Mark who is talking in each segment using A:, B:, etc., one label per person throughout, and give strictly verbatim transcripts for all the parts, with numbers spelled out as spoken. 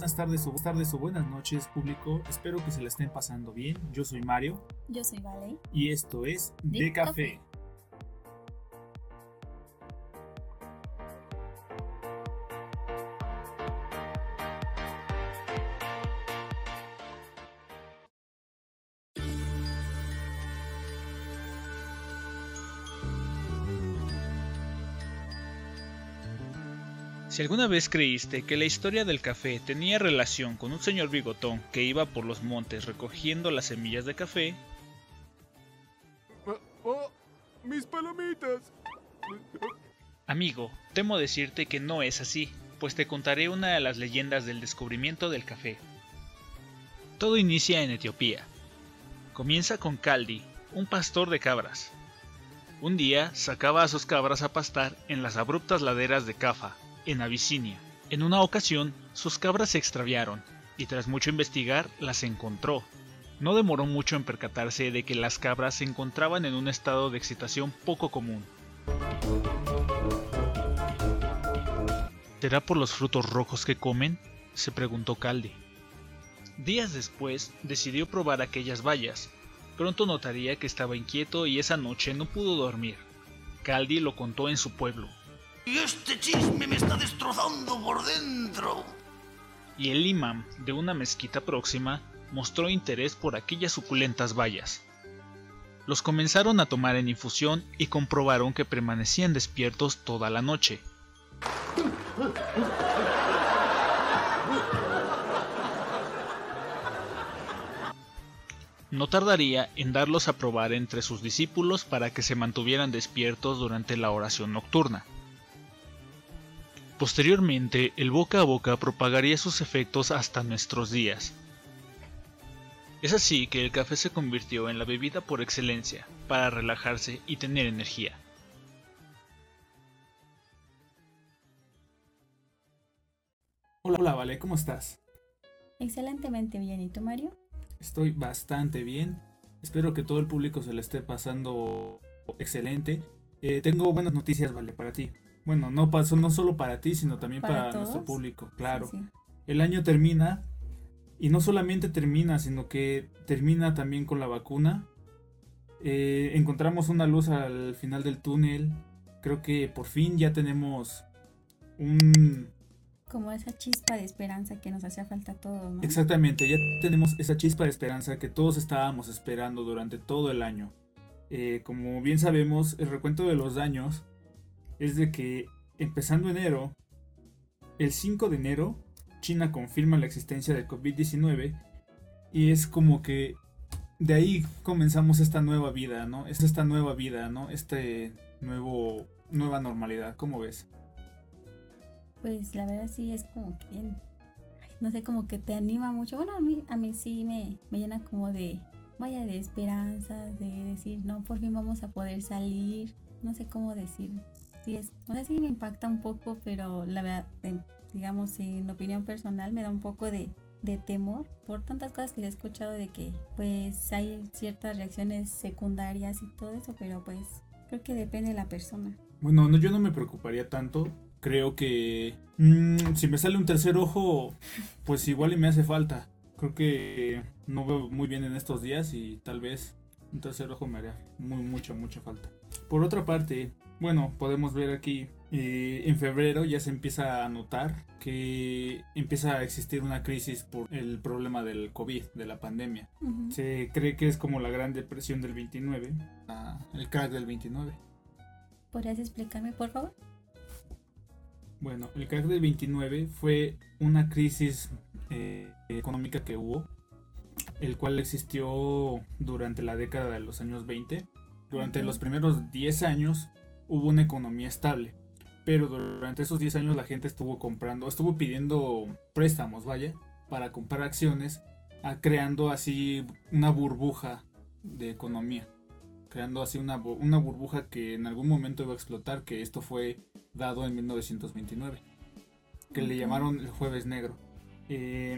A: buenas tardes o buenas tardes o buenas noches, público. Espero que se la estén pasando bien. Yo soy Mario.
B: Yo soy Vale.
A: Y esto es
B: De,
A: De Café.
B: Café.
C: Si alguna vez creíste que la historia del café tenía relación con un señor bigotón que iba por los montes recogiendo las semillas de café,
D: ¡Oh! oh ¡Mis palomitas!
C: amigo, temo decirte que no es así, pues te contaré una de las leyendas del descubrimiento del café. Todo inicia en Etiopía. Comienza con Kaldi, un pastor de cabras. Un día sacaba a sus cabras a pastar en las abruptas laderas de Cafa, en Abisinia. En una ocasión, sus cabras se extraviaron, y tras mucho investigar, las encontró. No demoró mucho en percatarse de que las cabras se encontraban en un estado de excitación poco común. ¿Será por los frutos rojos que comen?, se preguntó Kaldi. Días después, decidió probar aquellas bayas. Pronto notaría que estaba inquieto y esa noche no pudo dormir. Kaldi lo contó en su pueblo.
E: ¡Y este chisme me está destrozando por dentro!
C: Y el imán de una mezquita próxima mostró interés por aquellas suculentas bayas. Los comenzaron a tomar en infusión y comprobaron que permanecían despiertos toda la noche. No tardaría en darlos a probar entre sus discípulos para que se mantuvieran despiertos durante la oración nocturna. Posteriormente, el boca a boca propagaría sus efectos hasta nuestros días. Es así que el café se convirtió en la bebida por excelencia, para relajarse y tener energía.
A: Hola, hola, Vale, ¿cómo estás?
B: Excelentemente bien. ¿Y tú, Mario?
A: Estoy bastante bien. Espero que todo el público se le esté pasando excelente. Eh, tengo buenas noticias, Vale, para ti. Bueno, no, pasó, no solo para ti, sino también para, para nuestro público, claro. Sí, sí. El año termina, y no solamente termina, sino que termina también con la vacuna. Eh, encontramos una luz al final del túnel. Creo que por fin ya tenemos un...
B: Como esa chispa de esperanza que nos hacía falta a todos, ¿no?
A: Exactamente, ya tenemos esa chispa de esperanza que todos estábamos esperando durante todo el año. Eh, como bien sabemos, el recuento de los daños es de que empezando enero, el cinco de enero, China confirma la existencia del covid diecinueve y es como que de ahí comenzamos esta nueva vida, ¿no? Es esta nueva vida, ¿no? Este nuevo nueva normalidad, ¿cómo ves?
B: Pues la verdad sí es como que bien, no sé, como que te anima mucho. Bueno, a mí a mí sí me, me llena como de, vaya, de esperanza, de decir, no, por fin vamos a poder salir, no sé cómo decir. Sí, es, o sea, sí me impacta un poco, pero la verdad, eh, digamos, en opinión personal me da un poco de, de temor por tantas cosas que he escuchado de que pues hay ciertas reacciones secundarias y todo eso, pero pues creo que depende de la persona.
A: Bueno, no, yo no me preocuparía tanto. Creo que mmm, si me sale un tercer ojo, pues igual y me hace falta. Creo que no veo muy bien en estos días y tal vez un tercer ojo me haría muy, mucha, mucha falta. Por otra parte, bueno, podemos ver aquí, eh, en febrero ya se empieza a notar que empieza a existir una crisis por el problema del COVID, de la pandemia. Uh-huh. Se cree que es como la Gran Depresión del veintinueve, uh, el crack del veintinueve.
B: ¿Podrías explicarme, por favor?
A: Bueno, el crack del veintinueve fue una crisis eh, económica que hubo, el cual existió durante la década de los años veinte. Durante los primeros diez años hubo una economía estable, pero durante esos diez años la gente estuvo comprando, estuvo pidiendo préstamos, vaya, para comprar acciones, a, creando así una burbuja de economía, creando así una, una burbuja que en algún momento iba a explotar, que esto fue dado en mil novecientos veintinueve, que okay. le llamaron el Jueves Negro. Eh,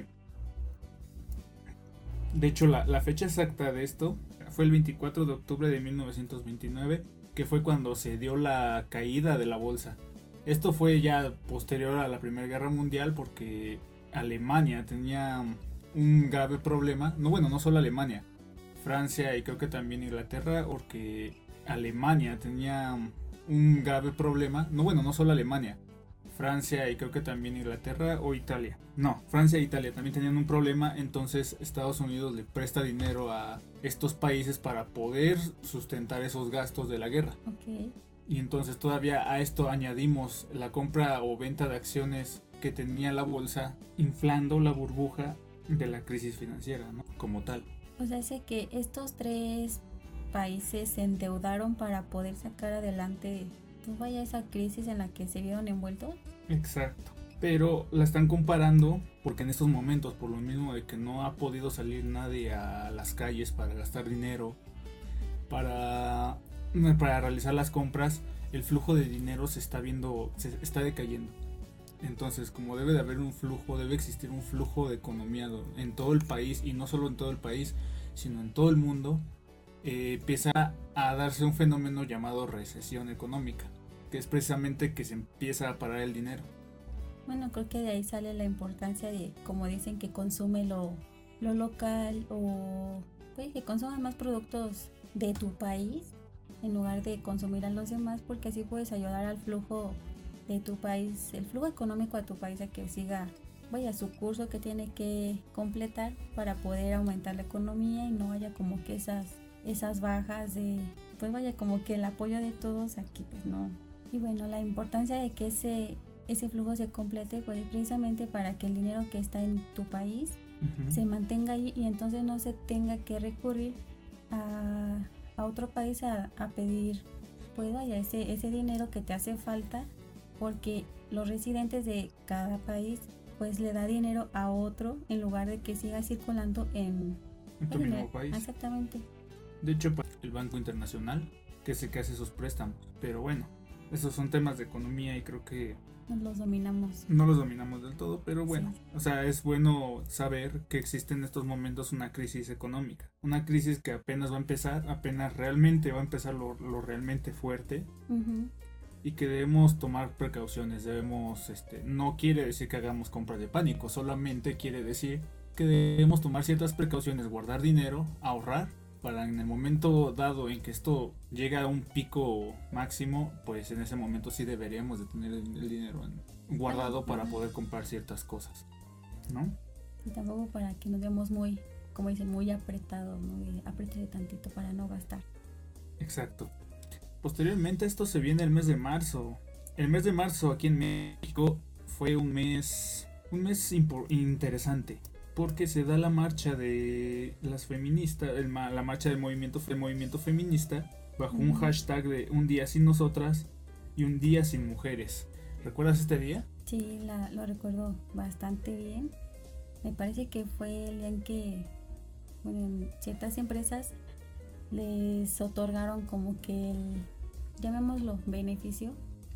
A: de hecho, la, la fecha exacta de esto fue el veinticuatro de octubre de mil novecientos veintinueve, que fue cuando se dio la caída de la bolsa. Esto fue ya posterior a la Primera Guerra Mundial, porque Alemania tenía un grave problema, no bueno, no solo Alemania, Francia y creo que también Inglaterra, porque Alemania tenía un grave problema, no bueno, no solo Alemania, Francia y creo que también Inglaterra o Italia. No, Francia e Italia también tenían un problema, entonces Estados Unidos le presta dinero a estos países para poder sustentar esos gastos de la guerra.
B: Ok.
A: Y entonces todavía a esto añadimos la compra o venta de acciones que tenía la bolsa, inflando la burbuja de la crisis financiera, ¿no? Como tal.
B: O sea, sé que estos tres países se endeudaron para poder sacar adelante, pues vaya, esa crisis en la que se vieron envueltos.
A: Exacto. Pero la están comparando porque en estos momentos, por lo mismo de que no ha podido salir nadie a las calles para gastar dinero, para, para realizar las compras, el flujo de dinero se está viendo, se está decayendo. Entonces, como debe de haber un flujo, debe existir un flujo de economía en todo el país, y no solo en todo el país, sino en todo el mundo, eh, empieza a darse un fenómeno llamado recesión económica, que es precisamente que se empieza a parar el dinero.
B: Bueno, creo que de ahí sale la importancia de, como dicen, que consume lo, lo local, o pues, que consuma más productos de tu país en lugar de consumir a los demás, porque así puedes ayudar al flujo de tu país, el flujo económico a tu país, a que siga, vaya, su curso que tiene que completar para poder aumentar la economía y no haya como que esas, esas bajas de, pues vaya, como que el apoyo de todos aquí, pues no. Y bueno, la importancia de que ese, ese flujo se complete, pues precisamente para que el dinero que está en tu país uh-huh. se mantenga ahí, y entonces no se tenga que recurrir a, a otro país a, a pedir, pues vaya, ese, ese dinero que te hace falta, porque los residentes de cada país pues le da dinero a otro en lugar de que siga circulando en,
A: en tu mismo país.
B: Exactamente.
A: De hecho, el Banco Internacional, que es el que hace esos préstamos. Pero bueno, esos son temas de economía y creo que
B: no los dominamos.
A: No los dominamos del todo, pero bueno, sí. O sea, es bueno saber que existe en estos momentos una crisis económica. Una crisis que apenas va a empezar, apenas realmente va a empezar lo, lo realmente fuerte. Uh-huh. Y que debemos tomar precauciones, debemos, este, no quiere decir que hagamos compras de pánico, solamente quiere decir que debemos tomar ciertas precauciones, guardar dinero, ahorrar, para en el momento dado en que esto llega a un pico máximo, pues en ese momento sí deberíamos de tener el, el dinero en, guardado para poder comprar ciertas cosas, ¿no?
B: Y tampoco para que nos veamos muy, como dicen, muy apretados, ¿no? Apretarle tantito para no gastar.
A: Exacto. Posteriormente esto se viene el mes de marzo. El mes de marzo aquí en México fue un mes un mes impo- interesante porque se da la marcha de las feministas, el, la marcha del movimiento, del movimiento feminista bajo uh-huh. un hashtag de un día sin nosotras y un día sin mujeres. ¿Recuerdas este día?
B: Sí, la, lo recuerdo bastante bien. Me parece que fue el día en que, bueno, ciertas empresas les otorgaron como que el, llamémoslo, beneficio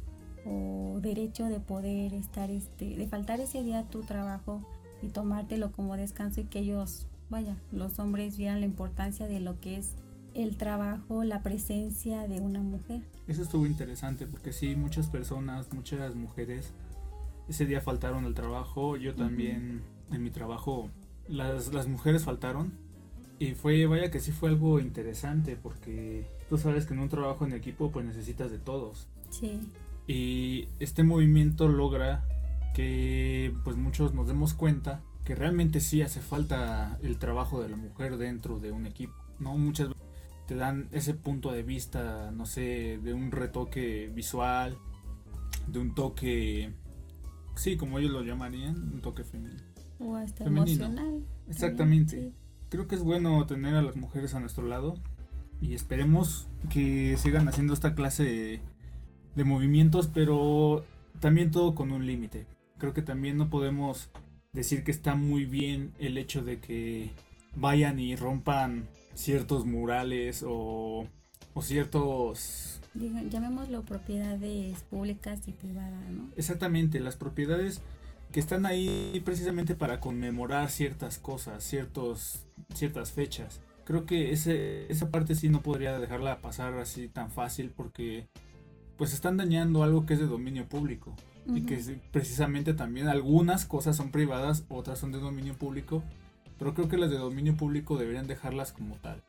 B: o derecho de poder estar, este, de faltar ese día a tu trabajo y tomártelo como descanso, y que ellos, vaya, los hombres vieran la importancia de lo que es el trabajo, la presencia de una mujer.
A: Eso estuvo interesante porque sí, muchas personas, muchas mujeres ese día faltaron al trabajo. Yo también uh-huh. en mi trabajo las, las mujeres faltaron. Y fue, vaya que sí fue algo interesante, porque tú sabes que en un trabajo en equipo pues necesitas de todos.
B: Sí.
A: Y este movimiento logra que pues muchos nos demos cuenta que realmente sí hace falta el trabajo de la mujer dentro de un equipo, ¿no? Muchas veces te dan ese punto de vista, no sé, de un retoque visual, de un toque, sí, como ellos lo llamarían, un toque femenino.
B: O hasta femenino. Emocional.
A: Exactamente.
B: También, sí.
A: Creo que es bueno tener a las mujeres a nuestro lado y esperemos que sigan haciendo esta clase de, de movimientos, pero también todo con un límite. Creo que también no podemos decir que está muy bien el hecho de que vayan y rompan ciertos murales o, o ciertos...
B: Digan, llamémoslo propiedades públicas y privadas, ¿no?
A: Exactamente, las propiedades que están ahí precisamente para conmemorar ciertas cosas, ciertos, ciertas fechas. Creo que ese, esa parte sí no podría dejarla pasar así tan fácil, porque pues están dañando algo que es de dominio público. uh-huh. y que precisamente también algunas cosas son privadas, otras son de dominio público, pero creo que las de dominio público deberían dejarlas como tal.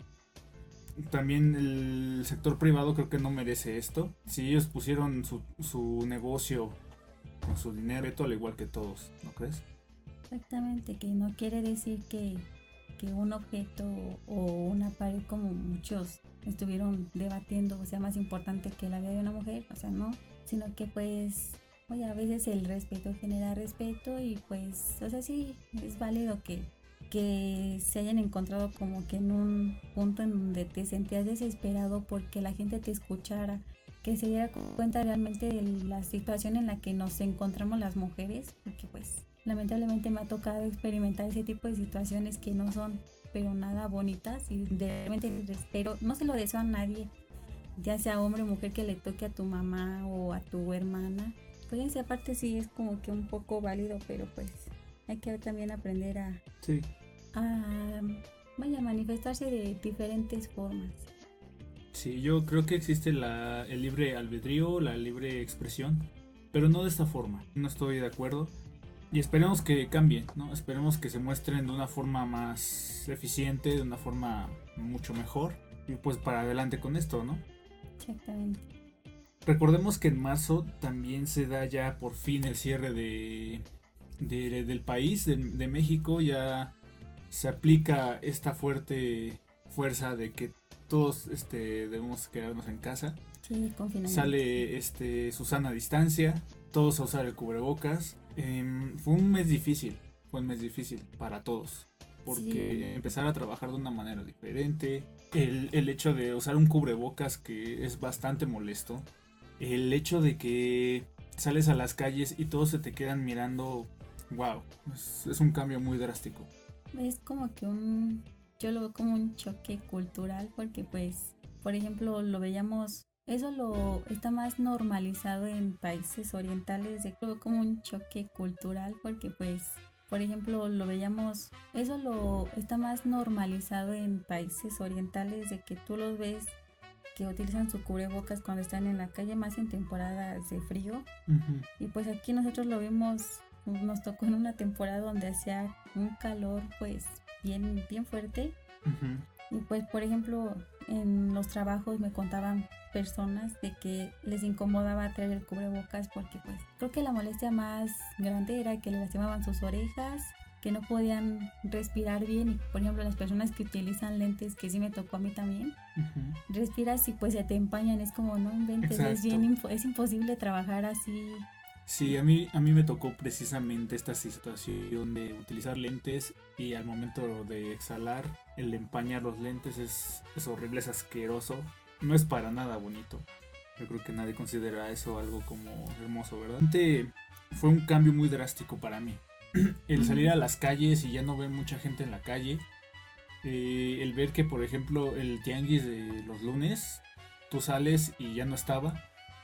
A: También el sector privado creo que no merece esto. Si ellos pusieron su, su negocio con su dinero, al igual que todos, ¿no crees?
B: Exactamente, que no quiere decir que, que un objeto o una pared, como muchos estuvieron debatiendo, o sea, más importante que la vida de una mujer, o sea, no, sino que pues, oye, a veces el respeto genera respeto y pues, o sea, sí, es válido que que se hayan encontrado como que en un punto en donde te sentías desesperado porque la gente te escuchara, que se diera cuenta realmente de la situación en la que nos encontramos las mujeres, porque pues lamentablemente me ha tocado experimentar ese tipo de situaciones que no son pero nada bonitas y realmente pero no se lo deseo a nadie, ya sea hombre o mujer, que le toque a tu mamá o a tu hermana. Pues esa parte sí es como que un poco válido, pero pues hay que también aprender a,
A: sí.
B: a vaya, manifestarse de diferentes formas.
A: Sí, yo creo que existe la, el libre albedrío, la libre expresión, pero no de esta forma. No estoy de acuerdo y esperemos que cambien, ¿no? Esperemos que se muestren de una forma más eficiente, de una forma mucho mejor y pues para adelante con esto, ¿no?
B: Exactamente.
A: Recordemos que en marzo también se da ya por fin el cierre de, de del país, de, de México. Ya se aplica esta fuerte fuerza de que todos este, debemos quedarnos en casa.
B: Sí, confinamiento.
A: Sale este, Susana distancia, todos a usar el cubrebocas. Eh, fue un mes difícil, fue un mes difícil para todos, porque sí. Empezar a trabajar de una manera diferente, el, el hecho de usar un cubrebocas que es bastante molesto, el hecho de que sales a las calles y todos se te quedan mirando, wow, es, es un cambio muy drástico.
B: Es como que un, yo lo veo como un choque cultural, porque pues, por ejemplo, lo veíamos, eso lo está más normalizado en países orientales, de, lo veo como un choque cultural, porque pues, por ejemplo, lo veíamos, eso lo está más normalizado en países orientales, de que tú los ves que utilizan su cubrebocas cuando están en la calle, más en temporadas de frío. Uh-huh. Y pues aquí nosotros lo vimos, nos tocó en una temporada donde hacía un calor pues bien, bien fuerte. Uh-huh. Y pues por ejemplo en los trabajos me contaban personas de que les incomodaba traer el cubrebocas porque pues creo que la molestia más grande era que le lastimaban sus orejas, que no podían respirar bien. Y por ejemplo las personas que utilizan lentes, que sí me tocó a mí también, uh-huh. respiras y pues se te empañan, es como no inventes, es bien es imposible trabajar así.
A: Sí, a mí, a mí me tocó precisamente esta situación de utilizar lentes y al momento de exhalar, el empañar los lentes es, es horrible, es asqueroso, no es para nada bonito. Yo creo que nadie considera eso algo como hermoso, ¿verdad? Fue un cambio muy drástico para mí. El salir a las calles y ya no ver mucha gente en la calle, eh, el ver que por ejemplo el tianguis de los lunes, tú sales y ya no estaba,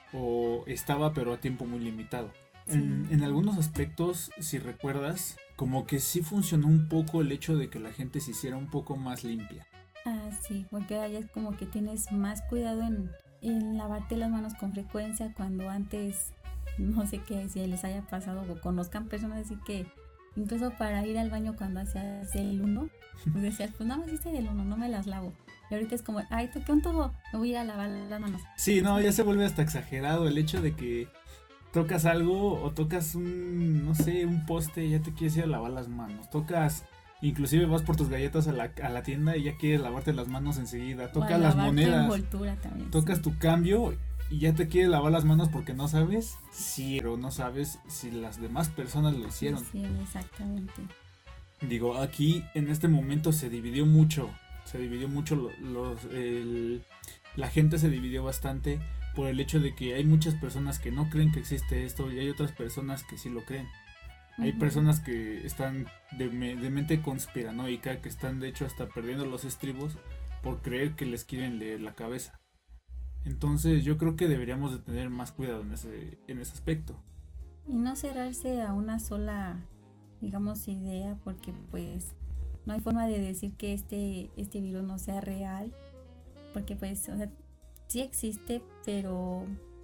A: o estaba pero a tiempo muy limitado. Sí. En, en algunos aspectos, si recuerdas, como que sí funcionó un poco el hecho de que la gente se hiciera un poco más limpia.
B: Ah, sí, porque ahora ya es como que tienes más cuidado en, en lavarte las manos con frecuencia, cuando antes, no sé qué, si les haya pasado o conozcan personas así que incluso para ir al baño cuando hacías el uno, pues decías, pues nada más hice el uno, no me las lavo. Y ahorita es como, ay, toqué un tubo, me voy a ir a lavar las manos.
A: Sí, no, ya se vuelve hasta exagerado el hecho de que tocas algo o tocas un, no sé, un poste y ya te quieres ir a lavar las manos. Tocas, inclusive vas por tus galletas a la, a la tienda y ya quieres lavarte las manos enseguida. Tocas las monedas,
B: también,
A: tocas
B: sí.
A: tu cambio y ya te quieres lavar las manos porque no sabes, sí, pero no sabes si las demás personas lo hicieron.
B: Sí, exactamente.
A: Digo, aquí en este momento se dividió mucho. Se dividió mucho, los, los el, la gente se dividió bastante por el hecho de que hay muchas personas que no creen que existe esto y hay otras personas que sí lo creen. Uh-huh. Hay personas que están de, de mente conspiranoica, que están de hecho hasta perdiendo los estribos por creer que les quieren leer la cabeza. Entonces yo creo que deberíamos de tener más cuidado en ese, en ese aspecto.
B: Y no cerrarse a una sola, digamos, idea, porque pues no hay forma de decir que este, este virus no sea real, porque pues, o sea, sí existe, pero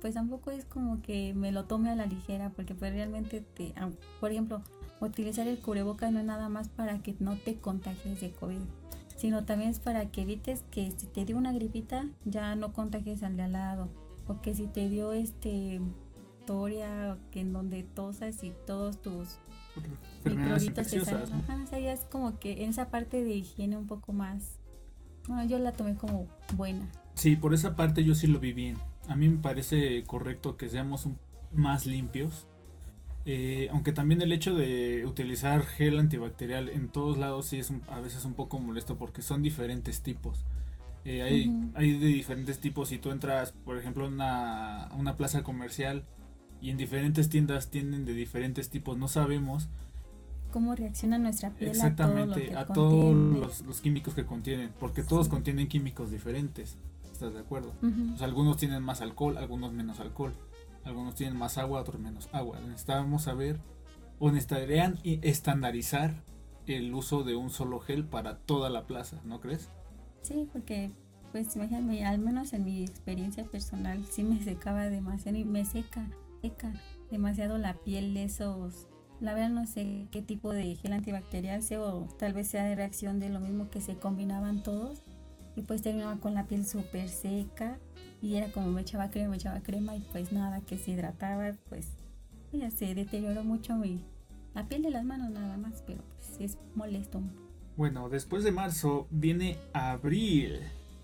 B: pues tampoco es como que me lo tome a la ligera, porque pues realmente te, ah, por ejemplo, utilizar el cubrebocas no es nada más para que no te contagies de COVID, sino también es para que evites que si te dio una gripita ya no contagies al de al lado, o que si te dio este toria, que en donde tosas y todos tus
A: Enfermedades
B: microbitos te
A: infecciosas,
B: salen.
A: ¿no?
B: Ajá, o sea, ya es como que en esa parte de higiene un poco más, bueno, yo la tomé como buena.
A: Sí, por esa parte yo sí lo vi bien. A mí me parece correcto que seamos un- más limpios. Eh, aunque también el hecho de utilizar gel antibacterial en todos lados sí es un- a veces un poco molesto porque son diferentes tipos. Eh, hay,
B: Ujú.
A: hay de diferentes tipos. Si tú entras, por ejemplo, a una, a una plaza comercial y en diferentes tiendas tienen de diferentes tipos, no sabemos
B: Cómo reacciona nuestra piel a todo lo
A: exactamente
B: que
A: a
B: contiene.
A: todos los, los químicos que contienen, porque todos
B: Sí.
A: contienen químicos diferentes. ¿Estás de acuerdo?
B: Ujú.
A: O sea, algunos tienen más alcohol, algunos menos alcohol, algunos tienen más agua, otros menos agua. Necesitábamos saber o necesitarían i- estandarizar el uso de un solo gel para toda la plaza, ¿no crees?
B: Sí, porque pues imagínate, al menos en mi experiencia personal sí me secaba demasiado y me seca, seca demasiado la piel de esos. La verdad no sé qué tipo de gel antibacterial sea, o tal vez sea de reacción de lo mismo que se combinaban todos, y pues terminaba con la piel súper seca y era como me echaba crema, me echaba crema y pues nada, que se hidrataba, pues ya se deterioró mucho mi, la piel de las manos nada más, pero pues es molesto.
A: Bueno, después de marzo viene abril.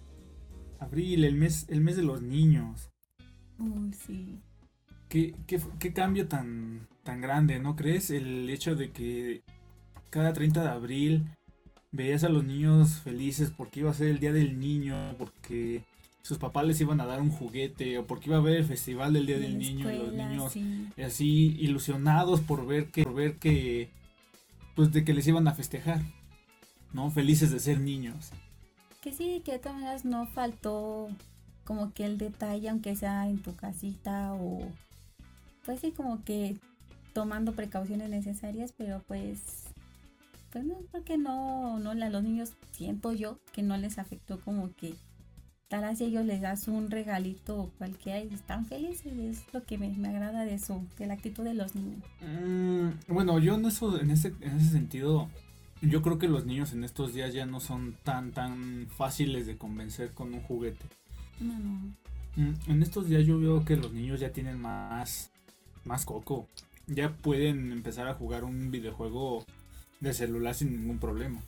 A: Abril, el mes, el mes de los niños.
B: Uy, sí.
A: ¿Qué, qué, qué cambio tan, tan grande, ¿no crees? El hecho de que cada treinta de abril veías a los niños felices porque iba a ser el día del niño, porque sus papás les iban a dar un juguete, o porque iba a haber el festival del día
B: De
A: del
B: la
A: niño, y los
B: escuela,
A: niños
B: sí.
A: así ilusionados por ver que, por ver que, pues de que les iban a festejar, ¿no? Felices de ser niños.
B: Que sí, que de todas maneras no faltó como que el detalle, aunque sea en tu casita o pues sí, como que tomando precauciones necesarias, pero pues pues no, porque no, no, a los niños siento yo que no les afectó como que tal así ellos les das un regalito o cualquiera y están felices, es lo que me, me agrada de su, de la actitud de los niños.
A: Mm, bueno, yo en eso, en ese, en ese sentido, yo creo que los niños en estos días ya no son tan, tan fáciles de convencer con un juguete.
B: No, no.
A: Mm, En estos días yo veo que los niños ya tienen más, más coco. Ya pueden empezar a jugar un videojuego de celular sin ningún problema,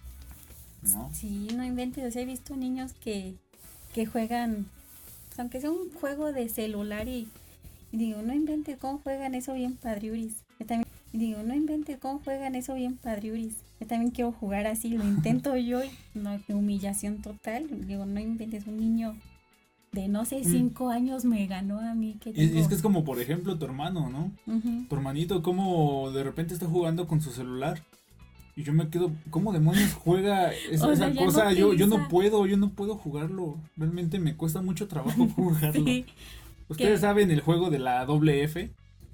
A: ¿no?
B: Sí, no inventes, o sea, he visto niños que, que juegan, pues, aunque sea un juego de celular y, y digo, no inventes cómo juegan eso bien padriuris. Yo también, y digo, no inventes cómo juegan eso bien padriuris. Yo también quiero jugar así, lo intento yo y no, qué humillación total. Digo, no inventes, un niño de no sé, cinco años me ganó a mí. Que
A: Y es,
B: digo,
A: es que es como por ejemplo tu hermano, ¿no?
B: ujú.
A: Tu hermanito como de repente está jugando con su celular. Y yo me quedo, ¿cómo demonios juega esa,
B: O sea,
A: esa
B: ya no
A: cosa? yo, yo no
B: utiliza.
A: puedo, yo no puedo jugarlo. Realmente me cuesta mucho trabajo jugarlo.
B: Sí,
A: Ustedes
B: ¿qué?
A: saben el juego de la doble F.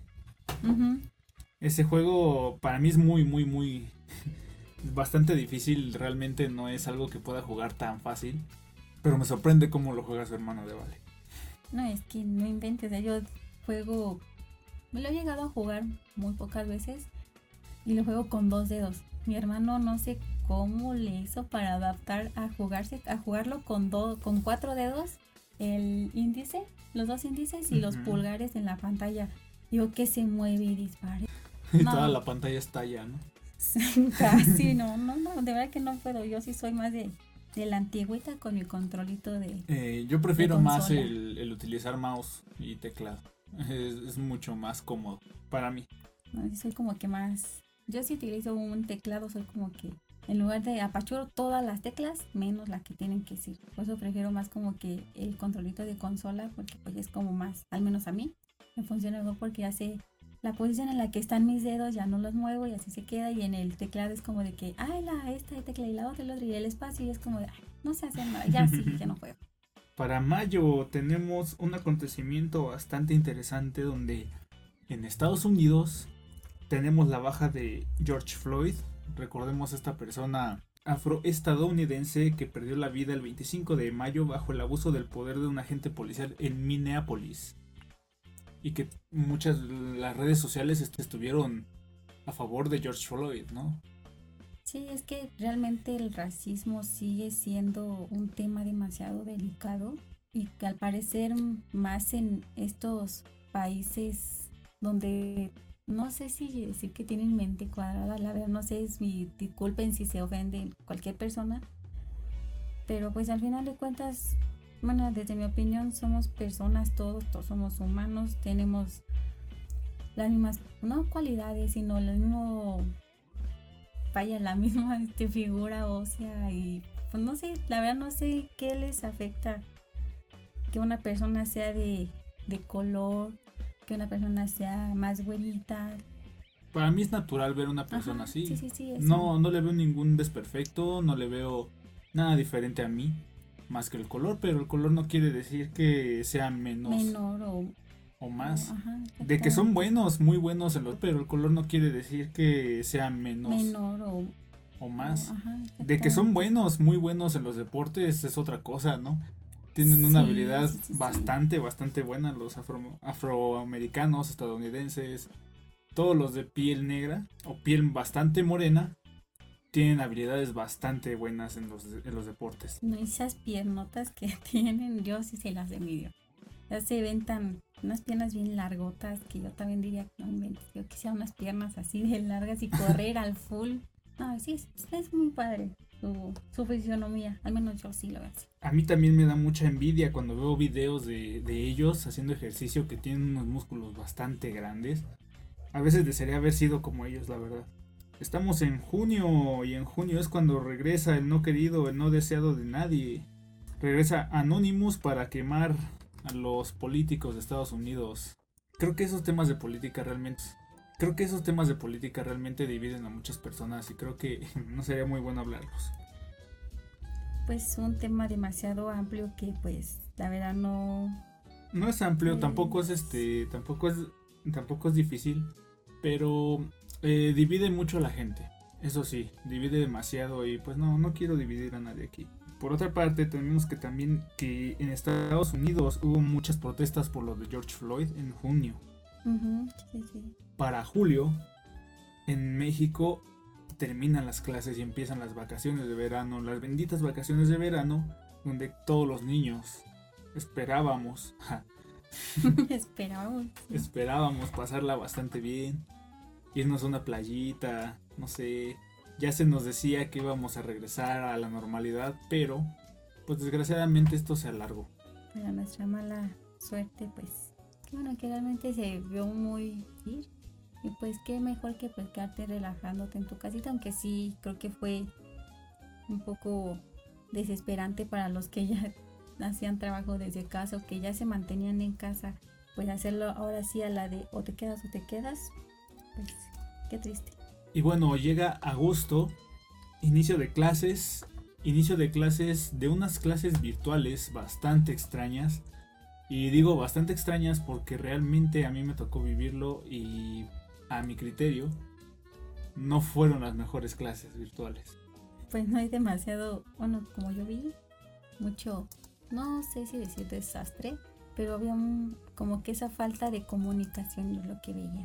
B: Ujú.
A: Ese juego para mí es muy, muy, muy... bastante difícil. Realmente no es algo que pueda jugar tan fácil. Pero me sorprende cómo lo juega su hermano de Vale.
B: No, es que no inventes, o sea, yo juego, me lo he llegado a jugar muy pocas veces y lo juego con dos dedos. Mi hermano no sé cómo le hizo para adaptar a jugarse, a jugarlo con dos, con cuatro dedos, el índice, los dos índices y los
A: Ujú.
B: pulgares en la pantalla. Digo que se mueve y dispara.
A: Y
B: No.
A: toda la pantalla está allá, ¿no?
B: Casi, no, no, no, de verdad que no puedo. Yo sí soy más de, de la antigüita con mi controlito de...
A: Eh, yo prefiero
B: De
A: más
B: consola.
A: el, el utilizar mouse y teclado. Es, es mucho más cómodo para mí.
B: No, yo soy como que más. Yo si utilizo un teclado, soy como que en lugar de apachuro todas las teclas, menos las que tienen que ser. Por eso prefiero más como que el controlito de consola, porque pues es como más, al menos a mí, me funciona mejor porque hace la posición en la que están mis dedos, ya no los muevo y así se queda. Y en el teclado es como de que, ay, la esta tecla y la otra y la otra y el espacio, y es como de, ay, no se hace nada, ya sí, ya no puedo.
A: Para mayo tenemos un acontecimiento bastante interesante donde en Estados Unidos tenemos la baja de George Floyd. Recordemos esta persona afroestadounidense que perdió la vida el veinticinco de mayo bajo el abuso del poder de un agente policial en Minneapolis. y que muchas las redes sociales est- estuvieron a favor de George Floyd, ¿no?
B: Sí, es que realmente el racismo sigue siendo un tema demasiado delicado y que al parecer mm, más en estos países donde no sé si decir que tienen mente cuadrada, la verdad no sé, es mi disculpen si se ofende cualquier persona, pero pues al final de cuentas, bueno, desde mi opinión somos personas todos, todos somos humanos, tenemos las mismas, no cualidades, sino el mismo, vaya, la misma este, figura ósea y pues no sé, la verdad no sé qué les afecta que una persona sea de, de color, que una persona sea más güerita.
A: Para mí es natural ver una persona
B: Ajá,
A: así.
B: sí, sí, sí, eso.
A: No, no le veo ningún desperfecto, no le veo nada diferente a mí, más que el color, pero el color no quiere decir que sea menos
B: Menor o,
A: o más.
B: o- ajá,
A: De que son
B: exactamente.
A: buenos, muy buenos en los, pero el color no quiere decir que sea menos
B: Menor o,
A: o
B: o-
A: más.
B: ajá,
A: De que son
B: exactamente.
A: buenos, muy buenos en los deportes es otra cosa, ¿no? Tienen una
B: Sí,
A: habilidad
B: sí, sí, sí.
A: bastante, bastante buena los afro- afroamericanos, estadounidenses, todos los de piel negra o piel bastante morena, tienen habilidades bastante buenas en los, en los deportes.
B: No, esas piernotas que tienen, yo sí se las envidio. Ya se ven tan, unas piernas bien largotas que yo también diría que no inventes, yo quisiera unas piernas así de largas y correr al full. No, sí, es, es muy padre su, su fisionomía, al menos yo sí lo veo así.
A: A mí también me da mucha envidia cuando veo videos de, de ellos haciendo ejercicio que tienen unos músculos bastante grandes. A veces desearía haber sido como ellos, la verdad. Estamos en junio y en junio es cuando regresa el no querido, el no deseado de nadie. Regresa Anonymous para quemar a los políticos de Estados Unidos. Creo que esos temas de política realmente... Creo que esos temas de política realmente dividen a muchas personas y creo que no sería muy bueno hablarlos.
B: Pues un tema demasiado amplio que pues la verdad no...
A: No es amplio,
B: eh,
A: tampoco es este, tampoco es, tampoco es difícil, pero eh, divide mucho a la gente. Eso sí, divide demasiado y pues no, no quiero dividir a nadie aquí. Por otra parte, tenemos que también que en Estados Unidos hubo muchas protestas por lo de George Floyd en junio.
B: Ujú, sí, sí.
A: Para julio, en México terminan las clases y empiezan las vacaciones de verano, las benditas vacaciones de verano, donde todos los niños esperábamos, ja,
B: Esperábamos.
A: esperábamos pasarla bastante bien, irnos a una playita, no sé, ya se nos decía que íbamos a regresar a la normalidad, pero pues desgraciadamente esto se alargó.
B: Para nuestra mala suerte, pues, que bueno, que realmente se vio muy ir. Y pues qué mejor que pues quedarte relajándote en tu casita, aunque sí creo que fue un poco desesperante para los que ya hacían trabajo desde casa o que ya se mantenían en casa, pues hacerlo ahora sí a la de o te quedas o te quedas, pues qué triste.
A: Y bueno, llega agosto, inicio de clases, inicio de clases, de unas clases virtuales bastante extrañas. Y digo bastante extrañas porque realmente a mí me tocó vivirlo y a mi criterio no fueron las mejores clases virtuales.
B: Pues no hay demasiado, bueno, como yo vi, mucho, no sé si decir desastre, pero había un, como que esa falta de comunicación yo lo que veía.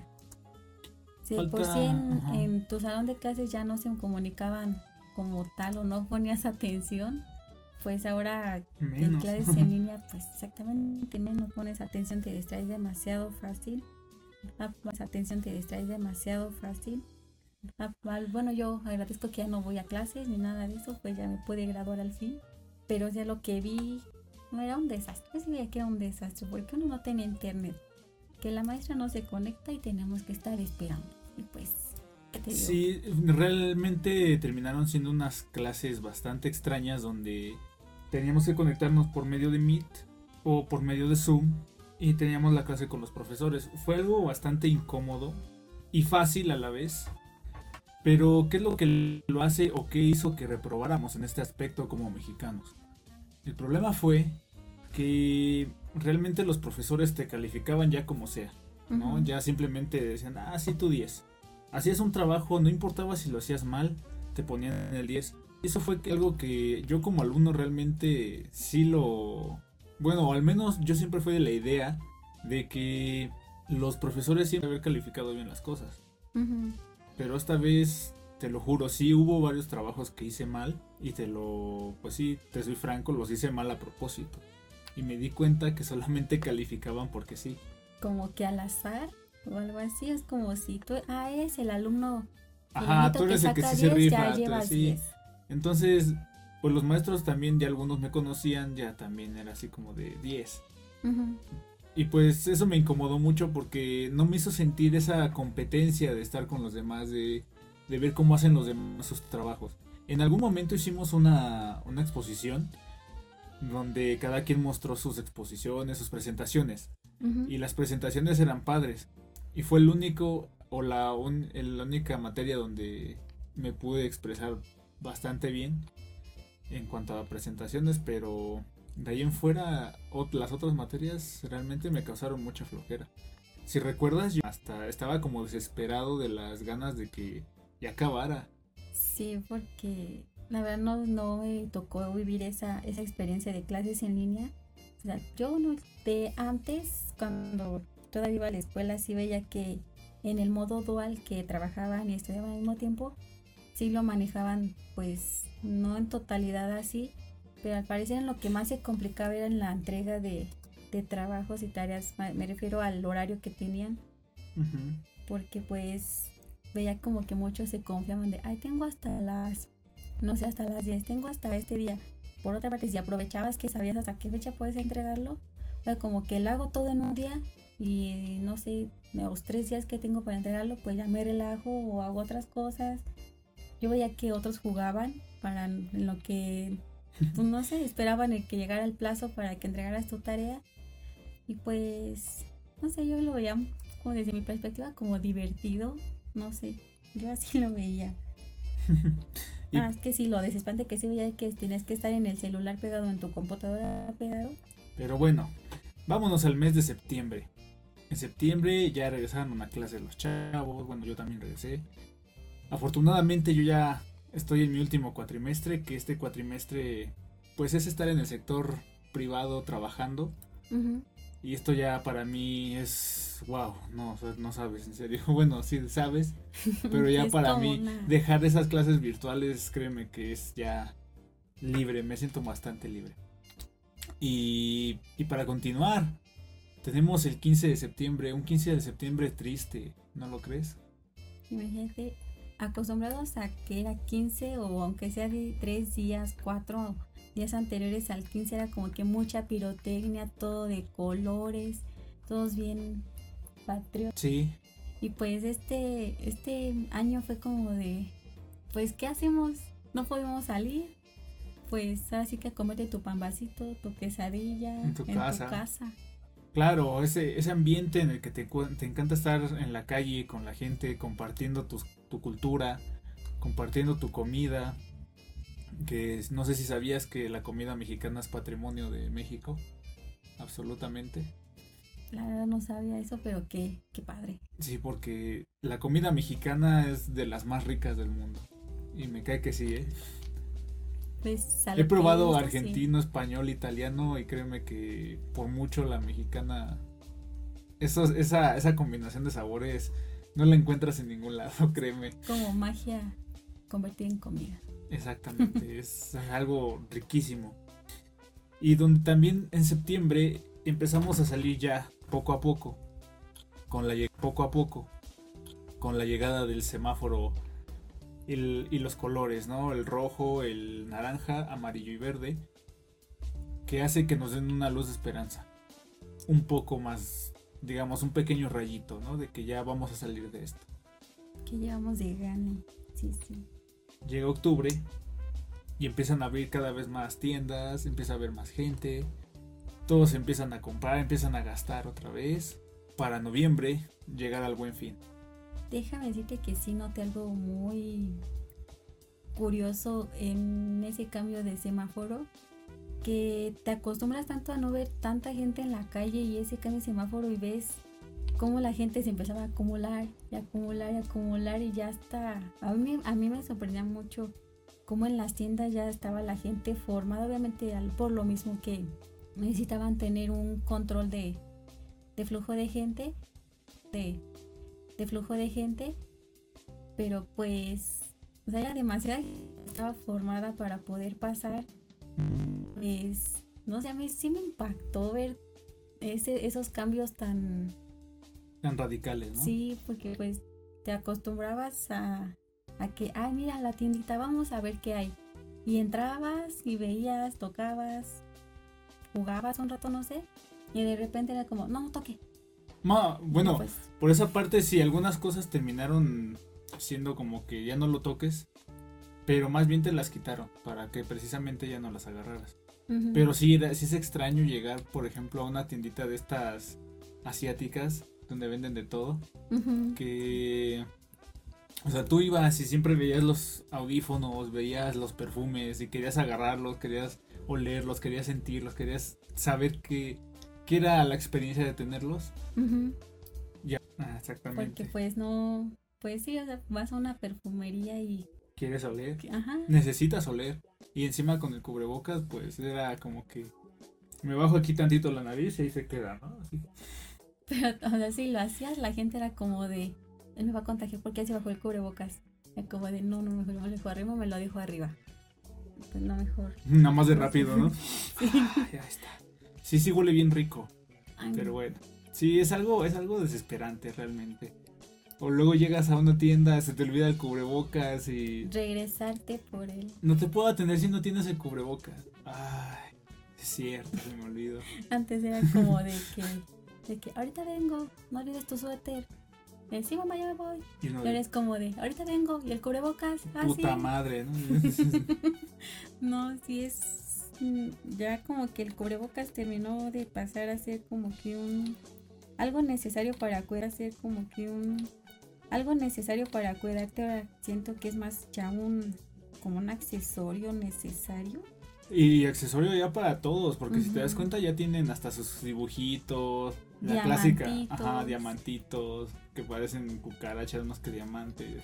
B: Si de por
A: Falta-
B: sí en,
A: ajá.
B: en tu salón de clases ya no se comunicaban como tal o no ponías atención, pues ahora en
A: Menos.
B: clases en línea, pues exactamente menos pones atención, te distraes demasiado fácil. Ah, Más atención, te distraes demasiado fácil. Ah, mal- Bueno, yo agradezco que ya no voy a clases ni nada de eso, pues ya me pude graduar al fin. Pero ya lo que vi no era un desastre, yo sí veía que era un desastre, porque uno no tenía internet, que la maestra no se conecta y tenemos que estar esperando. Y pues, ¿qué te digo?
A: Sí, realmente terminaron siendo unas clases bastante extrañas donde teníamos que conectarnos por medio de Meet o por medio de Zoom y teníamos la clase con los profesores. Fue algo bastante incómodo y fácil a la vez. Pero ¿qué es lo que lo hace o qué hizo que reprobáramos en este aspecto como mexicanos? El problema fue que realmente los profesores te calificaban ya como sea, ¿no?
B: Ujú.
A: Ya simplemente decían, ah, sí, tú diez. Hacías un trabajo, no importaba si lo hacías mal, te ponían en el diez. Eso fue que- algo que yo como alumno realmente sí lo... Bueno, al menos yo siempre fui de la idea de que los profesores siempre haber calificado bien las cosas.
B: Ujú.
A: Pero esta vez, te lo juro, sí hubo varios trabajos que hice mal. Y te lo, pues sí, te soy franco, los hice mal a propósito. Y me di cuenta que solamente calificaban porque sí.
B: Como que al azar o algo así, es como si tú, ah, eres el alumno
A: Ajá,
B: fulanito
A: tú eres el que
B: saca
A: sí se
B: diez, ya
A: rifa, tú-
B: llevas
A: sí.
B: diez.
A: Entonces, pues los maestros también, ya algunos me conocían, ya también era así como de diez.
B: Ujú.
A: Y pues eso me incomodó mucho porque no me hizo sentir esa competencia de estar con los demás, de, de ver cómo hacen los demás sus trabajos. En algún momento hicimos una, una exposición donde cada quien mostró sus exposiciones, sus presentaciones.
B: Ujú.
A: Y las presentaciones eran padres. Y fue el único o la, un- el- la única materia donde me pude expresar bastante bien en cuanto a presentaciones, pero de ahí en fuera ot- las otras materias realmente me causaron mucha flojera. Si recuerdas, yo hasta estaba como desesperado de las ganas de que ya acabara.
B: Sí, porque la verdad no, no me tocó vivir esa, esa experiencia de clases en línea. O sea, yo no, de antes, cuando todavía iba a la escuela, sí veía que en el modo dual que trabajaban y estudiaban al mismo tiempo, sí lo manejaban, pues no en totalidad así, pero al parecer en lo que más se complicaba era en la entrega de, de trabajos y tareas. Ma- Me refiero al horario que tenían,
A: Ujú.
B: porque pues veía como que muchos se confiaban de, ay, tengo hasta las, no sé, hasta las diez, tengo hasta este día. Por otra parte, si aprovechabas que sabías hasta qué fecha puedes entregarlo, o sea, como que lo hago todo en un día y no sé, los tres días que tengo para entregarlo, pues ya me relajo o hago otras cosas. Yo veía que otros jugaban para en lo que, pues no sé, esperaban el que llegara el plazo para que entregaras tu tarea. Y pues, no sé, yo lo veía como desde mi perspectiva como divertido, no sé, yo así lo veía.
A: Y-
B: Ah, es que sí, lo desespante que sí veía que tienes que estar en el celular pegado, en tu computadora pegado.
A: Pero bueno, vámonos al mes de septiembre. En septiembre ya regresaron a clase los chavos, bueno, yo también regresé. Afortunadamente yo ya estoy en mi último cuatrimestre, que este cuatrimestre pues es estar en el sector privado trabajando.
B: Ujú.
A: Y esto ya para mí es, wow, no, o sea, no sabes, en serio. Bueno, sí sabes, pero ya
B: Es
A: para
B: como
A: mí
B: una-
A: dejar esas clases virtuales, créeme que es ya libre, me siento bastante libre. Y, y para continuar, tenemos el quince de septiembre, un quince de septiembre triste, ¿no lo crees?
B: Imagínate, acostumbrados a que era quince o aunque sea de tres días, cuatro días anteriores al quince era como que mucha pirotecnia, todo de colores, todos bien patriotas.
A: Sí,
B: Y pues este, este año fue como de, pues ¿qué hacemos? No podemos salir. Pues así que comete tu pambacito, tu quesadilla
A: En tu casa.
B: casa.
A: claro, ese, ese ambiente en el que te, cu- te encanta estar en la calle con la gente, compartiendo tus- tu cultura, compartiendo tu comida, que es- no sé si sabías que la comida mexicana es patrimonio de México, absolutamente.
B: La verdad no sabía eso, pero qué, qué padre.
A: Sí, porque la comida mexicana es de las más ricas del mundo. Y me cae que sí, ¿eh?
B: Pues a lo
A: He
B: que
A: probado
B: gusta, sí.
A: argentino, español, italiano y créeme que por mucho la mexicana, esos, esa, esa combinación de sabores no la encuentras en ningún lado, créeme.
B: Como magia convertida en comida.
A: Exactamente, es algo riquísimo. Y donde también en septiembre empezamos a salir ya poco a poco, con la, lle- poco a poco, con la llegada del semáforo el- y los colores, ¿no? El rojo, el naranja, amarillo y verde, que hace que nos den una luz de esperanza. Un poco más, digamos, un pequeño rayito, ¿no? De que ya vamos a salir de esto.
B: Que llevamos de gane. Sí, sí.
A: Llega octubre y empiezan a abrir cada vez más tiendas, empieza a haber más gente, todos empiezan a comprar, empiezan a gastar otra vez, para noviembre llegar al Buen Fin.
B: Déjame decirte que sí noté algo muy curioso en ese cambio de semáforo, que te acostumbras tanto a no ver tanta gente en la calle y ese cambio de semáforo y ves cómo la gente se empezaba a acumular y acumular y acumular y ya está. A mí, a mí me sorprendía mucho cómo en las tiendas ya estaba la gente formada, obviamente al- por lo mismo que necesitaban tener un control de, de flujo de gente, de, de flujo de gente, pero pues, o sea, era demasiada, estaba formada para poder pasar, pues, no sé, a mí sí me impactó ver ese, esos cambios tan...
A: Tan radicales, ¿no?
B: Sí, porque pues te acostumbrabas a, a que, ay, mira la tiendita, vamos a ver qué hay. Y entrabas y veías, tocabas, jugabas un rato, no sé, y de repente era como, no, no toque.
A: Ma, bueno,
B: Pues,
A: por esa parte sí, algunas cosas terminaron siendo como que ya no lo toques, pero más bien te las quitaron para que precisamente ya no las agarraras.
B: ujú.
A: Pero sí, era- sí es extraño llegar, por ejemplo, a una tiendita de estas asiáticas donde venden de todo,
B: Ujú.
A: que, o sea, tú ibas y siempre veías los audífonos, veías los perfumes y querías agarrarlos, querías olerlos, querías sentirlos, querías saber qué, qué era la experiencia de tenerlos.
B: Ujú.
A: Ya, ah, exactamente.
B: Porque pues no, pues sí, o sea, vas a una perfumería y,
A: ¿Quieres oler?
B: ajá,
A: Necesitas oler. Y encima con el cubrebocas, pues era como que me bajo aquí tantito la nariz y ahí se queda, ¿no? Así.
B: pero o sea, si lo hacías, la gente era como de, él me va a contagiar porque se bajó el cubrebocas. Era como de, no, no, mejor me lo dejo arriba, me lo dejo arriba. Pues no, mejor.
A: Nada más de rápido, ¿no?
B: Sí.
A: Ah, ya está. Sí, sí huele bien rico,
B: Ay,
A: pero
B: no.
A: bueno. Sí, es algo, es algo desesperante realmente. O luego llegas a una tienda, se te olvida el cubrebocas y
B: Regresarte por él.
A: no te puedo atender si no tienes el cubrebocas. Ay, es cierto, se me olvidó.
B: Antes era como de que, de que ahorita vengo, no olvides tu suéter. Eh, sí, mamá, ya me voy.
A: Y uno
B: Y ahora
A: de,
B: es como de, ahorita vengo, y el cubrebocas, ah,
A: puta
B: sí.
A: madre, ¿no?
B: No, sí es, mm, ya como que el cubrebocas terminó de pasar a ser como que un, algo necesario para cuidar, a ser como que un, algo necesario para cuidarte, ahora siento que es más ya un, como un accesorio necesario.
A: Y accesorio ya para todos, porque si te das
B: Ujú.
A: cuenta ya tienen hasta sus dibujitos, la clásica,
B: Diamantitos.
A: ajá, diamantitos, que parecen cucarachas más que diamantes.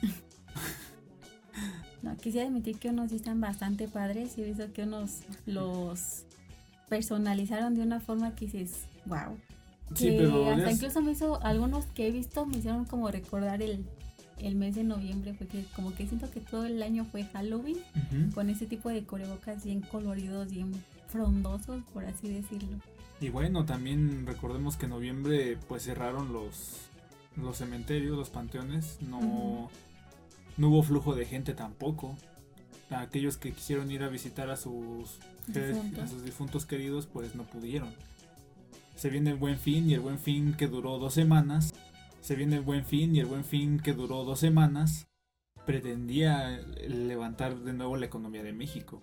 B: No, quisiera admitir que unos sí están bastante padres y he visto que unos los personalizaron de una forma que dices, wow.
A: Sí,
B: Que
A: pero
B: hasta
A: ya es-
B: incluso me hizo, algunos que he visto me hicieron como recordar el, el mes de noviembre, porque como que siento que todo el año fue Halloween,
A: Ujú.
B: con ese tipo de cubrebocas bien coloridos, bien frondosos, por así decirlo.
A: Y bueno, también recordemos que en noviembre pues cerraron los, los cementerios, los panteones, no,
B: Ujú.
A: no hubo flujo de gente tampoco. Aquellos que quisieron ir a visitar a sus,
B: Difuntos.
A: a sus difuntos queridos pues no pudieron. Se viene el Buen Fin y el Buen Fin que duró dos semanas. Se viene el Buen Fin y el Buen Fin que duró dos semanas pretendía levantar de nuevo la economía de México.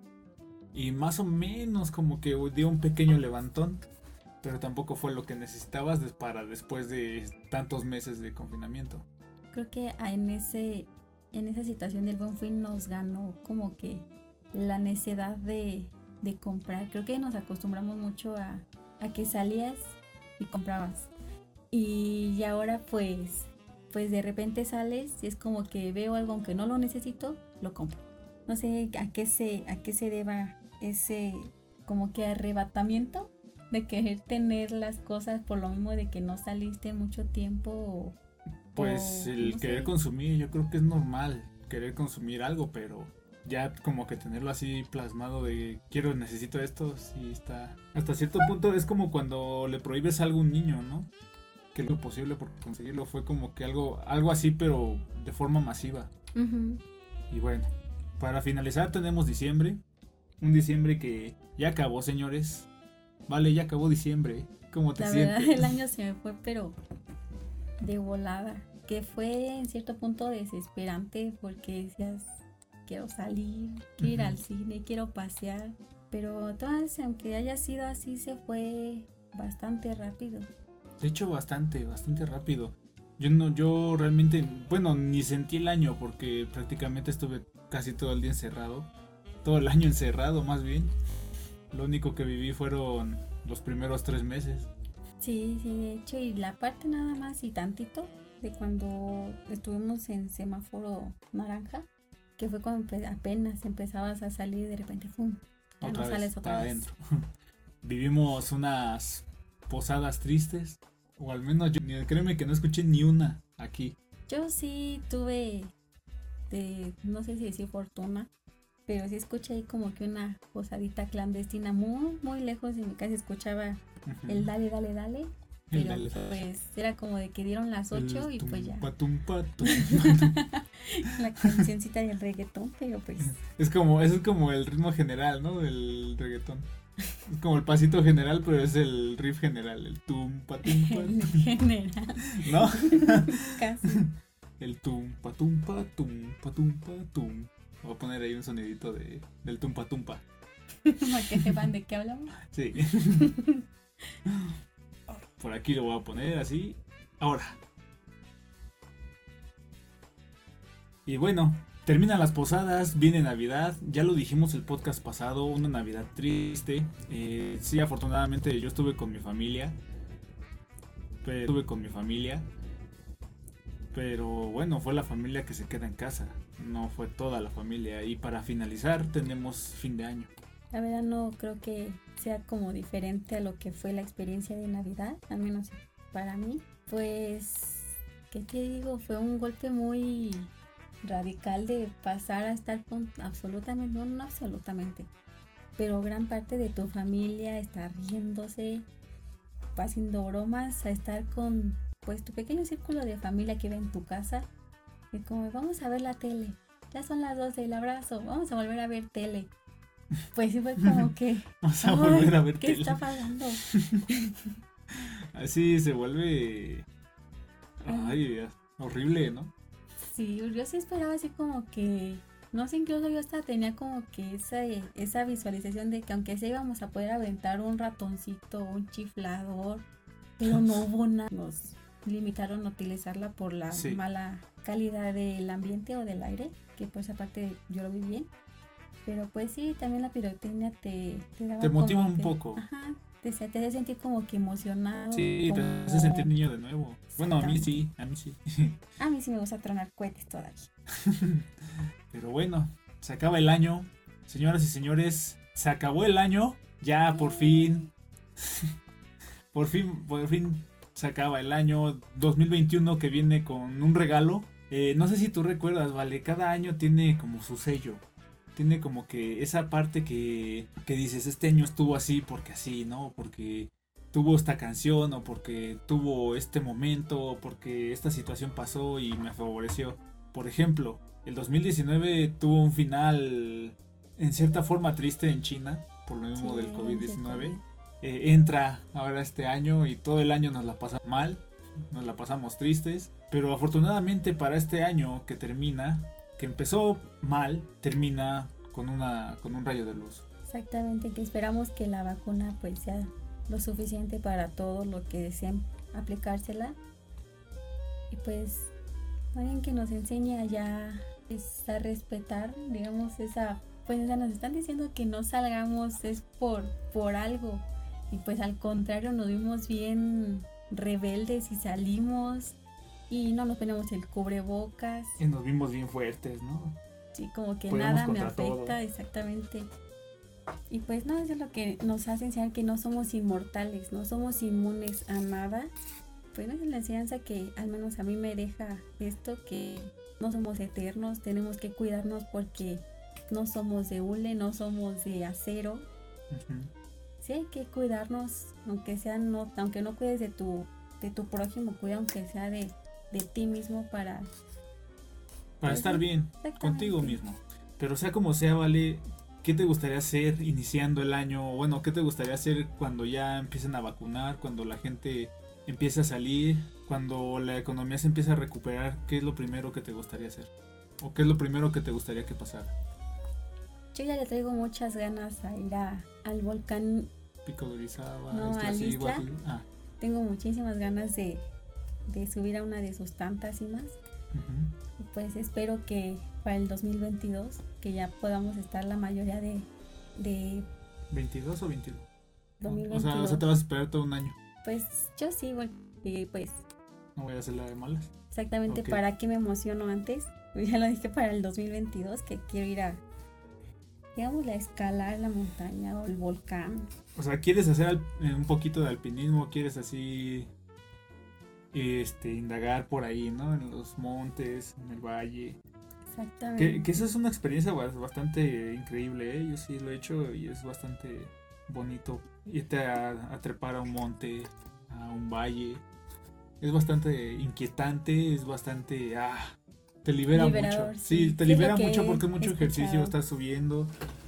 A: Y más o menos como que dio un pequeño levantón, pero tampoco fue lo que necesitabas des- para después de tantos meses de confinamiento.
B: Creo que a- en ese en esa situación del Buen Fin nos ganó como que la necesidad de, de comprar. Creo que nos acostumbramos mucho a, a que salías y comprabas. Y, y ahora pues pues de repente sales y es como que veo algo aunque no lo necesito, lo compro. No sé a qué se a qué se deba ese como que arrebatamiento de querer tener las cosas por lo mismo de que no saliste mucho tiempo o,
A: Pues
B: o
A: el
B: no
A: querer
B: sé.
A: consumir, yo creo que es normal querer consumir algo, pero ya como que tenerlo así plasmado de quiero, necesito esto, sí está. Hasta cierto punto es como cuando le prohíbes algo a un niño, ¿no? Que lo posible por conseguirlo fue como que algo, algo así, pero de forma masiva.
B: Ujú.
A: Y bueno, para finalizar tenemos diciembre. Un diciembre que ya acabó, señores. Vale, ya acabó diciembre. ¿Cómo te
B: La verdad,
A: sientes?
B: el año se me fue, pero de volada. Que fue en cierto punto desesperante porque decías, quiero salir, quiero ir
A: Ujú.
B: al cine, quiero pasear. Pero entonces, aunque haya sido así, se fue bastante rápido.
A: De hecho, bastante, bastante rápido. Yo no, yo realmente, bueno, ni sentí el año porque prácticamente estuve casi todo el día encerrado. Todo el año encerrado, más bien. Lo único que viví fueron los primeros tres meses.
B: Sí, sí, de hecho, y la parte nada más y tantito de cuando estuvimos en semáforo naranja, que fue cuando empe- apenas empezabas a salir de repente, ¡fum! Ya
A: Otra
B: no
A: vez,
B: sales otra
A: para
B: vez.
A: adentro. Vivimos unas posadas tristes. O al menos yo, créeme que no escuché ni una aquí.
B: Yo sí tuve, de, no sé si decir fortuna, pero sí escuché ahí como que una posadita clandestina muy, muy lejos de mi casa. Escuchaba
A: Ujú.
B: el dale, dale, dale.
A: El
B: Pero
A: dale, dale.
B: pues era como de que dieron las ocho
A: El
B: y pues ya.
A: tumpa, tumpa, tumpa.
B: La cancioncita del reggaetón, pero pues
A: Es como, eso es como el ritmo general, ¿no? Del reggaetón. Es como el pasito general, pero es el riff general, el tumpa, tumpa,
B: en
A: tum,
B: general,
A: ¿no?
B: casi.
A: El tumpa, tumpa, tumpa, tumpa, tum. Voy a poner ahí un sonidito de, del tumpa, tumpa.
B: Para que sepan de qué hablamos.
A: Sí. Por aquí lo voy a poner así. Ahora. Y bueno, terminan las posadas, viene Navidad. Ya lo dijimos el podcast pasado, una Navidad triste. Eh, sí, afortunadamente yo estuve con mi familia. Pero estuve con mi familia. Pero bueno, fue la familia que se queda en casa. No fue toda la familia. Y para finalizar, tenemos fin de año.
B: La verdad no creo que sea como diferente a lo que fue la experiencia de Navidad, al menos para mí. Pues, ¿qué te digo? Fue un golpe muy radical de pasar a estar con absolutamente, no, no absolutamente, pero gran parte de tu familia, estar riéndose, haciendo bromas, a estar con pues tu pequeño círculo de familia que ve en tu casa. Y como, vamos a ver la tele, ya son las doce, el abrazo, vamos a volver a ver tele. Pues sí fue como que,
A: Vamos a
B: ay,
A: volver a ver
B: ¿qué
A: tele.
B: está pasando?
A: Así se vuelve. Ay, Dios, horrible, ¿no?
B: Sí, yo sí esperaba así como que, no sé, incluso yo hasta tenía como que esa, esa visualización de que aunque sea íbamos a poder aventar un ratoncito, un chiflador, pero no hubo nada. Nos limitaron a utilizarla por la
A: Sí.
B: mala calidad del ambiente o del aire, que pues aparte yo lo vi bien. Pero pues sí, también la pirotecnia te, te daba
A: Te motiva
B: como
A: un
B: que-
A: poco.
B: Ajá, te, te hace sentir como que emocionado.
A: Sí, te
B: como-
A: hace sentir niño de nuevo. Bueno, a mí
B: Exactamente.
A: sí, a mí sí.
B: A mí sí me gusta tronar cohetes todavía.
A: Pero bueno, se acaba el año. Señoras y señores, se acabó el año. Ya por fin. Por fin, por fin se acaba el año dos mil veintiuno que viene con un regalo. Eh, no sé si tú recuerdas, vale, cada año tiene como su sello. Tiene como que esa parte que, que dices, este año estuvo así porque así, ¿no? Porque tuvo esta canción o porque tuvo este momento o porque esta situación pasó y me favoreció. Por ejemplo, el dos mil diecinueve tuvo un final en cierta forma triste en China por lo mismo
B: Sí,
A: del covid diecinueve.
B: del
A: Eh, entra ahora este año y todo el año nos la pasamos mal, nos la pasamos tristes, pero afortunadamente para este año que termina, que empezó mal, termina con una con un rayo de luz.
B: Exactamente, que esperamos que la vacuna pues sea lo suficiente para todos los que deseen aplicársela. Y pues alguien que nos enseñe a ya pues, a respetar, digamos, esa, pues o sea, nos están diciendo que no salgamos es por, por algo. Y pues al contrario nos vimos bien rebeldes y salimos y no nos ponemos el cubrebocas.
A: Y nos vimos bien fuertes, ¿no?
B: Sí, como que
A: Podemos
B: nada me
A: contra
B: afecta,
A: todo.
B: exactamente. Y pues no, eso es lo que nos hace enseñar que no somos inmortales, no somos inmunes a nada. Pues no es la enseñanza que al menos a mí me deja esto, que no somos eternos, tenemos que cuidarnos porque no somos de hule, no somos de acero.
A: Ujú.
B: Sí hay que cuidarnos, aunque sea no, aunque no cuides de tu, de tu prójimo, cuida aunque sea de, de ti mismo para
A: Para estar bien
B: Exactamente.
A: contigo mismo. Pero sea como sea, vale, ¿qué te gustaría hacer iniciando el año? Bueno, ¿qué te gustaría hacer cuando ya empiecen a vacunar, cuando la gente empiece a salir, cuando la economía se empiece a recuperar? ¿Qué es lo primero que te gustaría hacer? ¿O qué es lo primero que te gustaría que pasara?
B: Yo ya le traigo muchas ganas a ir a, al volcán.
A: Pico de Orizaba,
B: No,
A: este,
B: al
A: así,
B: Isla.
A: Guajil- ah,
B: Tengo muchísimas ganas de, de subir a una de sus tantas cimas.
A: ujú.
B: Y pues espero que para el dos mil veintidós, que ya podamos estar la mayoría de, de
A: ¿veintidós o veintidós?
B: dos mil
A: O sea,
B: veintidós.
A: o sea, te vas a esperar todo un año.
B: Pues yo sí, voy. Y pues
A: No voy a hacer la de malas.
B: exactamente
A: Ok.
B: para qué me emociono antes. Pues ya lo dije para el dos mil veintidós, que quiero ir a, digamos, a escalar la montaña o el volcán.
A: O sea, ¿quieres hacer al- eh, un poquito de alpinismo? ¿Quieres así este, indagar por ahí, ¿no? En los montes, en el valle.
B: Exactamente.
A: Que, que esa es una experiencia bastante increíble, ¿eh? Yo sí lo he hecho y es bastante bonito irte a, a trepar a un monte, a un valle. Es bastante inquietante, es bastante... Ah, te libera
B: Liberador,
A: mucho.
B: sí.
A: Sí, te
B: Sí, es
A: libera
B: lo que
A: mucho
B: he
A: porque es mucho ejercicio,
B: escuchado.
A: estás subiendo.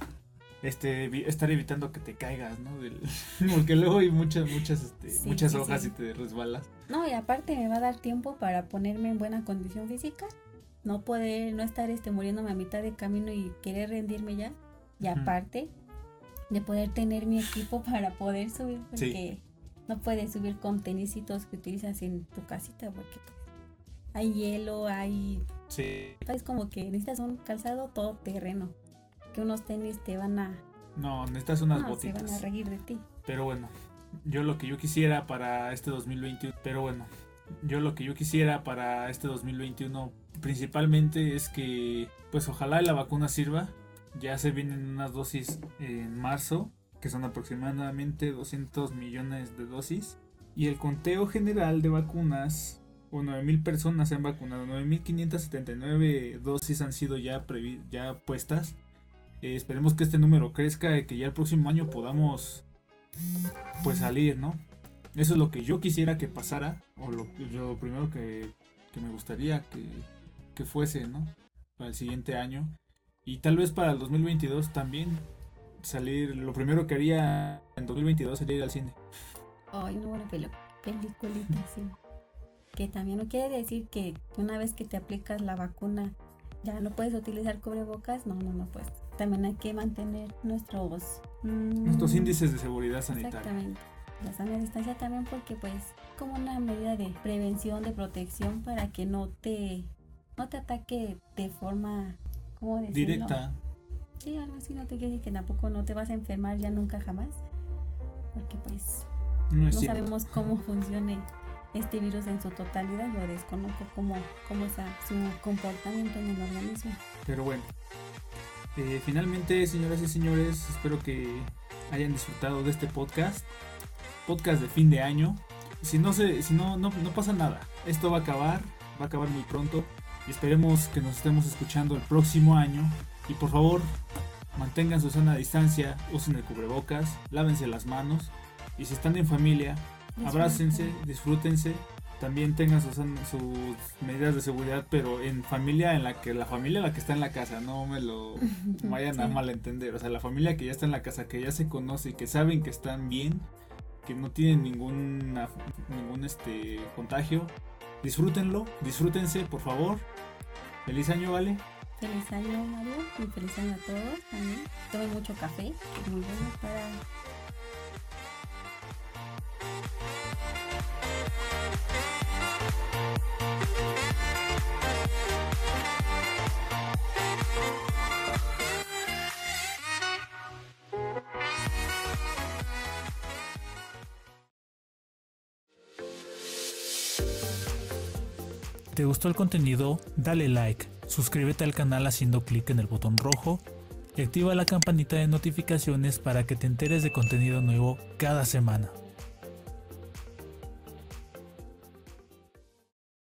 A: Este, vi- estar evitando que te caigas, ¿no? Del- porque luego hay muchas, muchas, este,
B: Sí,
A: muchas
B: sí,
A: hojas
B: sí.
A: y te resbalas.
B: No, y aparte me va a dar tiempo para ponerme en buena condición física. No poder, no estar este, muriéndome a mitad de camino y querer rendirme ya. Y
A: Ujú.
B: aparte de poder tener mi equipo para poder subir,
A: Sí.
B: porque no puedes subir con tenisitos que utilizas en tu casita, porque hay hielo, hay...
A: Sí.
B: Es como que necesitas un calzado todo terreno, que unos tenis te van a...
A: No, necesitas unas
B: no, se van a
A: botitas.
B: reír de ti.
A: Pero bueno, yo lo que yo quisiera para este dos mil veintiuno, pero bueno, yo lo que yo quisiera para este dos mil veintiuno principalmente es que, pues ojalá la vacuna sirva. Ya se vienen unas dosis en marzo, que son aproximadamente doscientos millones de dosis. Y el conteo general de vacunas, o nueve mil personas se han vacunado, nueve mil quinientas setenta y nueve dosis han sido ya, previ ya puestas. Eh, esperemos que este número crezca y que ya el próximo año podamos pues salir, ¿no? Eso es lo que yo quisiera que pasara, o lo, lo primero que, que me gustaría que, que fuese, ¿no? Para el siguiente año. Y tal vez para el dos mil veintidós también salir, lo primero que haría en dos mil veintidós sería ir al cine.
B: Ay, una buena peli- peliculita, sí. Que también no quiere decir que una vez que te aplicas la vacuna ya no puedes utilizar cubrebocas. No, no, no, pues también hay que mantener nuestros... mm,
A: Nuestros índices de seguridad sanitaria.
B: Exactamente. La sana distancia también porque pues como una medida de prevención, de protección para que no te, no te ataque de forma, ¿cómo decirlo?
A: Directa.
B: Sí, algo así, no te quiere decir que tampoco no te vas a enfermar ya nunca jamás. Porque pues
A: No es
B: no
A: cierto.
B: sabemos cómo funcione este virus en su totalidad, lo desconozco cómo, cómo es a- su comportamiento en el organismo.
A: Pero bueno, eh, finalmente, señoras y señores, espero que hayan disfrutado de este podcast, podcast de fin de año. Si no se, si no, no, no pasa nada, esto va a acabar, va a acabar muy pronto y esperemos que nos estemos escuchando el próximo año. Y por favor, mantengan su sana distancia, usen el cubrebocas, lávense las manos y si están en familia, abrácense, disfrútense. También tengan sus, sus medidas de seguridad, pero en familia, en la que la familia la que está en la casa, no me lo vayan a
B: Sí.
A: malentender. O sea, la familia que ya está en la casa, que ya se conoce y que saben que están bien, que no tienen ningún ningún este contagio, disfrútenlo, disfrútense, por favor. Feliz año, ¿vale?
B: Feliz año, Mario, y feliz año a todos también. Tomen mucho café, que es muy bueno para...
F: ¿Te gustó el contenido? Dale like, suscríbete al canal haciendo clic en el botón rojo y activa la campanita de notificaciones para que te enteres de contenido nuevo cada semana.